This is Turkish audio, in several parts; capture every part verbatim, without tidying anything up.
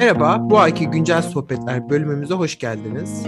Merhaba, bu ayki Güncel Sohbetler bölümümüze hoş geldiniz.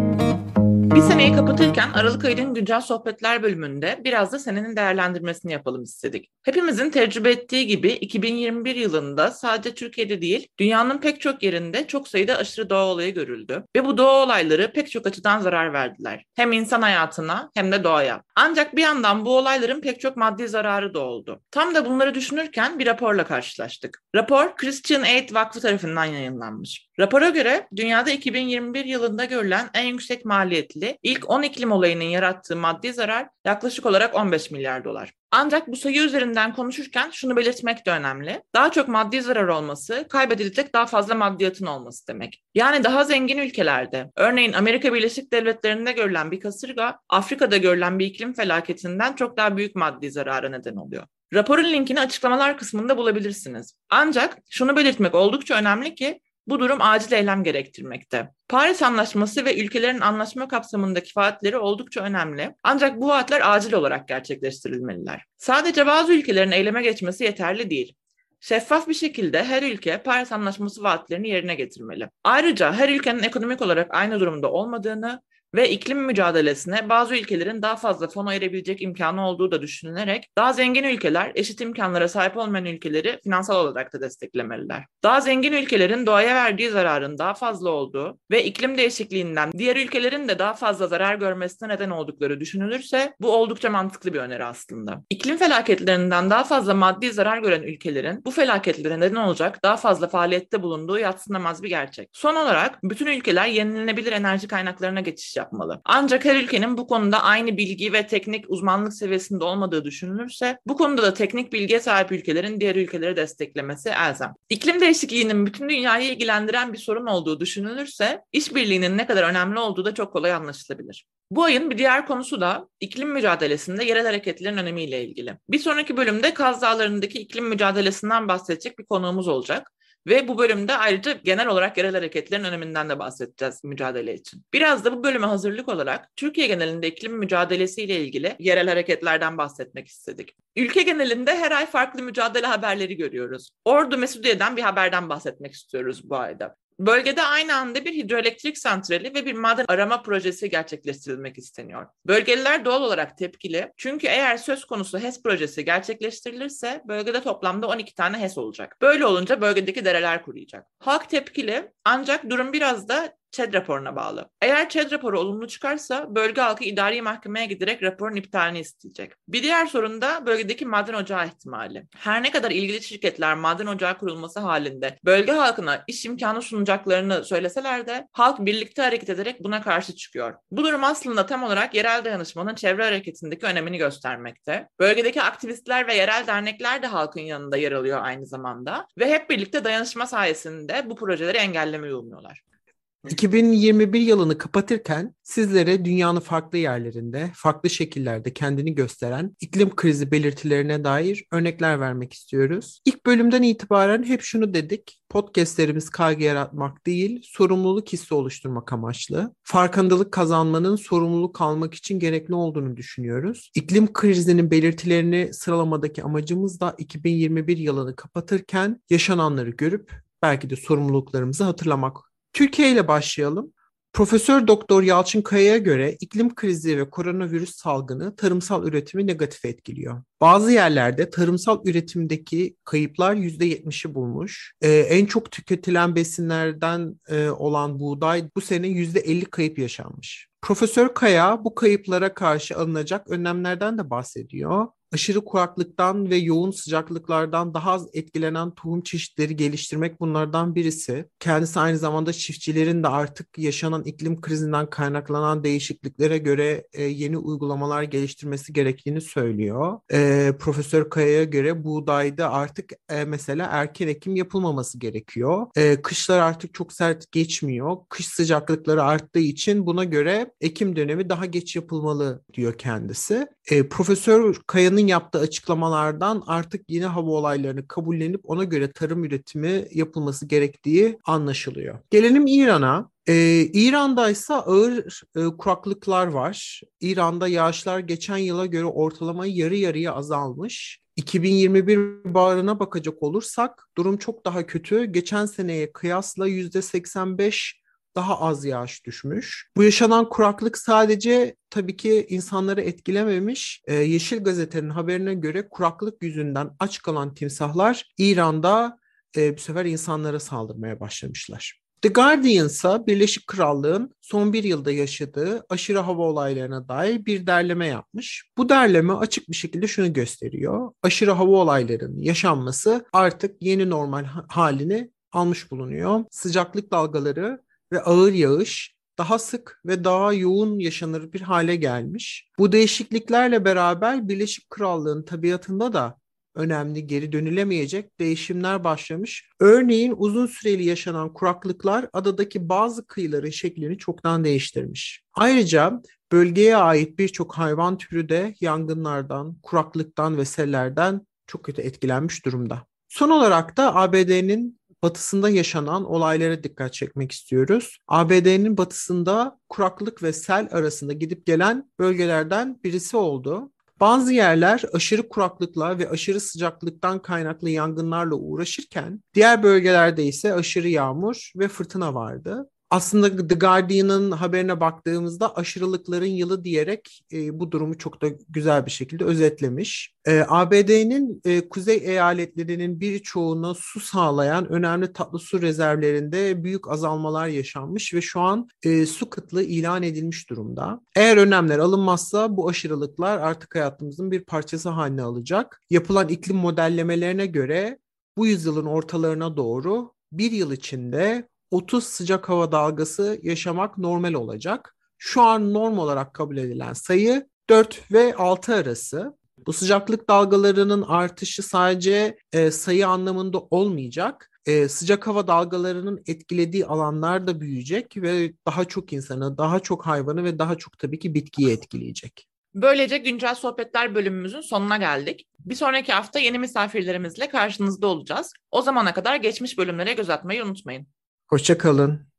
Bir seneyi kapatırken Aralık ayının Güncel Sohbetler bölümünde biraz da senenin değerlendirmesini yapalım istedik. Hepimizin tecrübe ettiği gibi iki bin yirmi bir yılında sadece Türkiye'de değil, dünyanın pek çok yerinde çok sayıda aşırı doğa olayı görüldü. Ve bu doğa olayları pek çok açıdan zarar verdiler. Hem insan hayatına hem de doğaya. Ancak bir yandan bu olayların pek çok maddi zararı da oldu. Tam da bunları düşünürken bir raporla karşılaştık. Rapor Christian Aid Vakfı tarafından yayınlanmış. Rapora göre dünyada iki bin yirmi bir yılında görülen en yüksek maliyetli ilk on iklim olayının yarattığı maddi zarar yaklaşık olarak on beş milyar dolar. Ancak bu sayı üzerinden konuşurken şunu belirtmek de önemli. Daha çok maddi zarar olması, kaybedilecek daha fazla maddiyatın olması demek. Yani daha zengin ülkelerde, örneğin Amerika Birleşik Devletleri'nde görülen bir kasırga, Afrika'da görülen bir iklim felaketinden çok daha büyük maddi zarara neden oluyor. Raporun linkini açıklamalar kısmında bulabilirsiniz. Ancak şunu belirtmek oldukça önemli ki, bu durum acil eylem gerektirmekte. Paris Anlaşması ve ülkelerin anlaşma kapsamındaki vaatleri oldukça önemli. Ancak bu vaatler acil olarak gerçekleştirilmeliler. Sadece bazı ülkelerin eyleme geçmesi yeterli değil. Şeffaf bir şekilde her ülke Paris Anlaşması vaatlerini yerine getirmeli. Ayrıca her ülkenin ekonomik olarak aynı durumda olmadığını ve iklim mücadelesine bazı ülkelerin daha fazla fon ayırabilecek imkanı olduğu da düşünülerek daha zengin ülkeler eşit imkanlara sahip olmayan ülkeleri finansal olarak da desteklemeliler. Daha zengin ülkelerin doğaya verdiği zararın daha fazla olduğu ve iklim değişikliğinden diğer ülkelerin de daha fazla zarar görmesine neden oldukları düşünülürse bu oldukça mantıklı bir öneri aslında. İklim felaketlerinden daha fazla maddi zarar gören ülkelerin bu felaketlere neden olacak daha fazla faaliyette bulunduğu yadsınamaz bir gerçek. Son olarak bütün ülkeler yenilenebilir enerji kaynaklarına geçiş yapmalı. Ancak her ülkenin bu konuda aynı bilgi ve teknik uzmanlık seviyesinde olmadığı düşünülürse bu konuda da teknik bilgiye sahip ülkelerin diğer ülkeleri desteklemesi elzem. İklim değişikliğinin bütün dünyayı ilgilendiren bir sorun olduğu düşünülürse işbirliğinin ne kadar önemli olduğu da çok kolay anlaşılabilir. Bu ayın bir diğer konusu da iklim mücadelesinde yerel hareketlerin önemiyle ilgili. Bir sonraki bölümde Kaz Dağları'ndaki iklim mücadelesinden bahsedecek bir konuğumuz olacak. Ve bu bölümde ayrıca genel olarak yerel hareketlerin öneminden de bahsedeceğiz mücadele için. Biraz da bu bölüme hazırlık olarak Türkiye genelinde iklim mücadelesiyle ilgili yerel hareketlerden bahsetmek istedik. Ülke genelinde her ay farklı mücadele haberleri görüyoruz. Ordu Mesudiye'den bir haberden bahsetmek istiyoruz bu ayda. Bölgede aynı anda bir hidroelektrik santrali ve bir maden arama projesi gerçekleştirilmek isteniyor. Bölgeliler doğal olarak tepkili çünkü eğer söz konusu HES projesi gerçekleştirilirse bölgede toplamda on iki tane HES olacak. Böyle olunca bölgedeki dereler kuruyacak. Halk tepkili ancak durum biraz da ÇED raporuna bağlı. Eğer ÇED raporu olumlu çıkarsa bölge halkı idari mahkemeye giderek raporun iptalini isteyecek. Bir diğer sorun da bölgedeki maden ocağı ihtimali. Her ne kadar ilgili şirketler maden ocağı kurulması halinde bölge halkına iş imkanı sunacaklarını söyleseler de halk birlikte hareket ederek buna karşı çıkıyor. Bu durum aslında tam olarak yerel dayanışmanın çevre hareketindeki önemini göstermekte. Bölgedeki aktivistler ve yerel dernekler de halkın yanında yer alıyor aynı zamanda ve hep birlikte dayanışma sayesinde bu projeleri engellemeyi umuyorlar. iki bin yirmi bir yılını kapatırken sizlere dünyanın farklı yerlerinde, farklı şekillerde kendini gösteren iklim krizi belirtilerine dair örnekler vermek istiyoruz. İlk bölümden itibaren hep şunu dedik: podcastlerimiz kaygı yaratmak değil, sorumluluk hissi oluşturmak amaçlı. Farkındalık kazanmanın sorumluluk almak için gerekli olduğunu düşünüyoruz. İklim krizinin belirtilerini sıralamadaki amacımız da iki bin yirmi bir yılını kapatırken yaşananları görüp belki de sorumluluklarımızı hatırlamak. Türkiye ile başlayalım. Profesör Doktor Yalçın Kaya'ya göre iklim krizi ve koronavirüs salgını tarımsal üretimi negatif etkiliyor. Bazı yerlerde tarımsal üretimdeki kayıplar yüzde yetmişi bulmuş. Ee, en çok tüketilen besinlerden e, olan buğday bu sene yüzde elli kayıp yaşanmış. Profesör Kaya bu kayıplara karşı alınacak önlemlerden de bahsediyor. Aşırı kuraklıktan ve yoğun sıcaklıklardan daha az etkilenen tohum çeşitleri geliştirmek bunlardan birisi. Kendisi aynı zamanda çiftçilerin de artık yaşanan iklim krizinden kaynaklanan değişikliklere göre e, yeni uygulamalar geliştirmesi gerektiğini söylüyor. E, Profesör Kaya'ya göre buğdayda artık e, mesela erken ekim yapılmaması gerekiyor. E, kışlar artık çok sert geçmiyor. Kış sıcaklıkları arttığı için buna göre ekim dönemi daha geç yapılmalı diyor kendisi. E, Profesör Kaya'nın bakanın yaptığı açıklamalardan artık yeni hava olaylarını kabullenip ona göre tarım üretimi yapılması gerektiği anlaşılıyor. Gelelim İran'a. Ee, İran'da ise ağır e, kuraklıklar var. İran'da yağışlar geçen yıla göre ortalama yarı yarıya azalmış. iki bin yirmi bir baharına bakacak olursak durum çok daha kötü. Geçen seneye kıyasla yüzde seksen beş daha az yağış düşmüş. Bu yaşanan kuraklık sadece tabii ki insanları etkilememiş. Ee, Yeşil Gazete'nin haberine göre kuraklık yüzünden aç kalan timsahlar İran'da e, bu sefer insanlara saldırmaya başlamışlar. The Guardian ise Birleşik Krallığın son bir yılda yaşadığı aşırı hava olaylarına dair bir derleme yapmış. Bu derleme açık bir şekilde şunu gösteriyor. Aşırı hava olaylarının yaşanması artık yeni normal halini almış bulunuyor. Sıcaklık dalgaları ve ağır yağış daha sık ve daha yoğun yaşanır bir hale gelmiş. Bu değişikliklerle beraber Birleşik Krallığın tabiatında da önemli geri dönülemeyecek değişimler başlamış. Örneğin uzun süreli yaşanan kuraklıklar adadaki bazı kıyıların şeklini çoktan değiştirmiş. Ayrıca bölgeye ait birçok hayvan türü de yangınlardan, kuraklıktan ve sellerden çok kötü etkilenmiş durumda. Son olarak da A B D'nin batısında yaşanan olaylara dikkat çekmek istiyoruz. A B D'nin batısında kuraklık ve sel arasında gidip gelen bölgelerden birisi oldu. Bazı yerler aşırı kuraklıkla ve aşırı sıcaklıktan kaynaklı yangınlarla uğraşırken diğer bölgelerde ise aşırı yağmur ve fırtına vardı. Aslında The Guardian'ın haberine baktığımızda aşırılıkların yılı diyerek e, bu durumu çok da güzel bir şekilde özetlemiş. E, A B D'nin e, kuzey eyaletlerinin birçoğuna su sağlayan önemli tatlı su rezervlerinde büyük azalmalar yaşanmış ve şu an e, su kıtlığı ilan edilmiş durumda. Eğer önlemler alınmazsa bu aşırılıklar artık hayatımızın bir parçası haline alacak. Yapılan iklim modellemelerine göre bu yüzyılın ortalarına doğru bir yıl içinde otuz sıcak hava dalgası yaşamak normal olacak. Şu an norm olarak kabul edilen sayı dört ve altı arası. Bu sıcaklık dalgalarının artışı sadece e, sayı anlamında olmayacak. E, sıcak hava dalgalarının etkilediği alanlar da büyüyecek ve daha çok insanı, daha çok hayvanı ve daha çok tabii ki bitkiyi etkileyecek. Böylece Güncel Sohbetler bölümümüzün sonuna geldik. Bir sonraki hafta yeni misafirlerimizle karşınızda olacağız. O zamana kadar geçmiş bölümlere göz atmayı unutmayın. Hoşça kalın.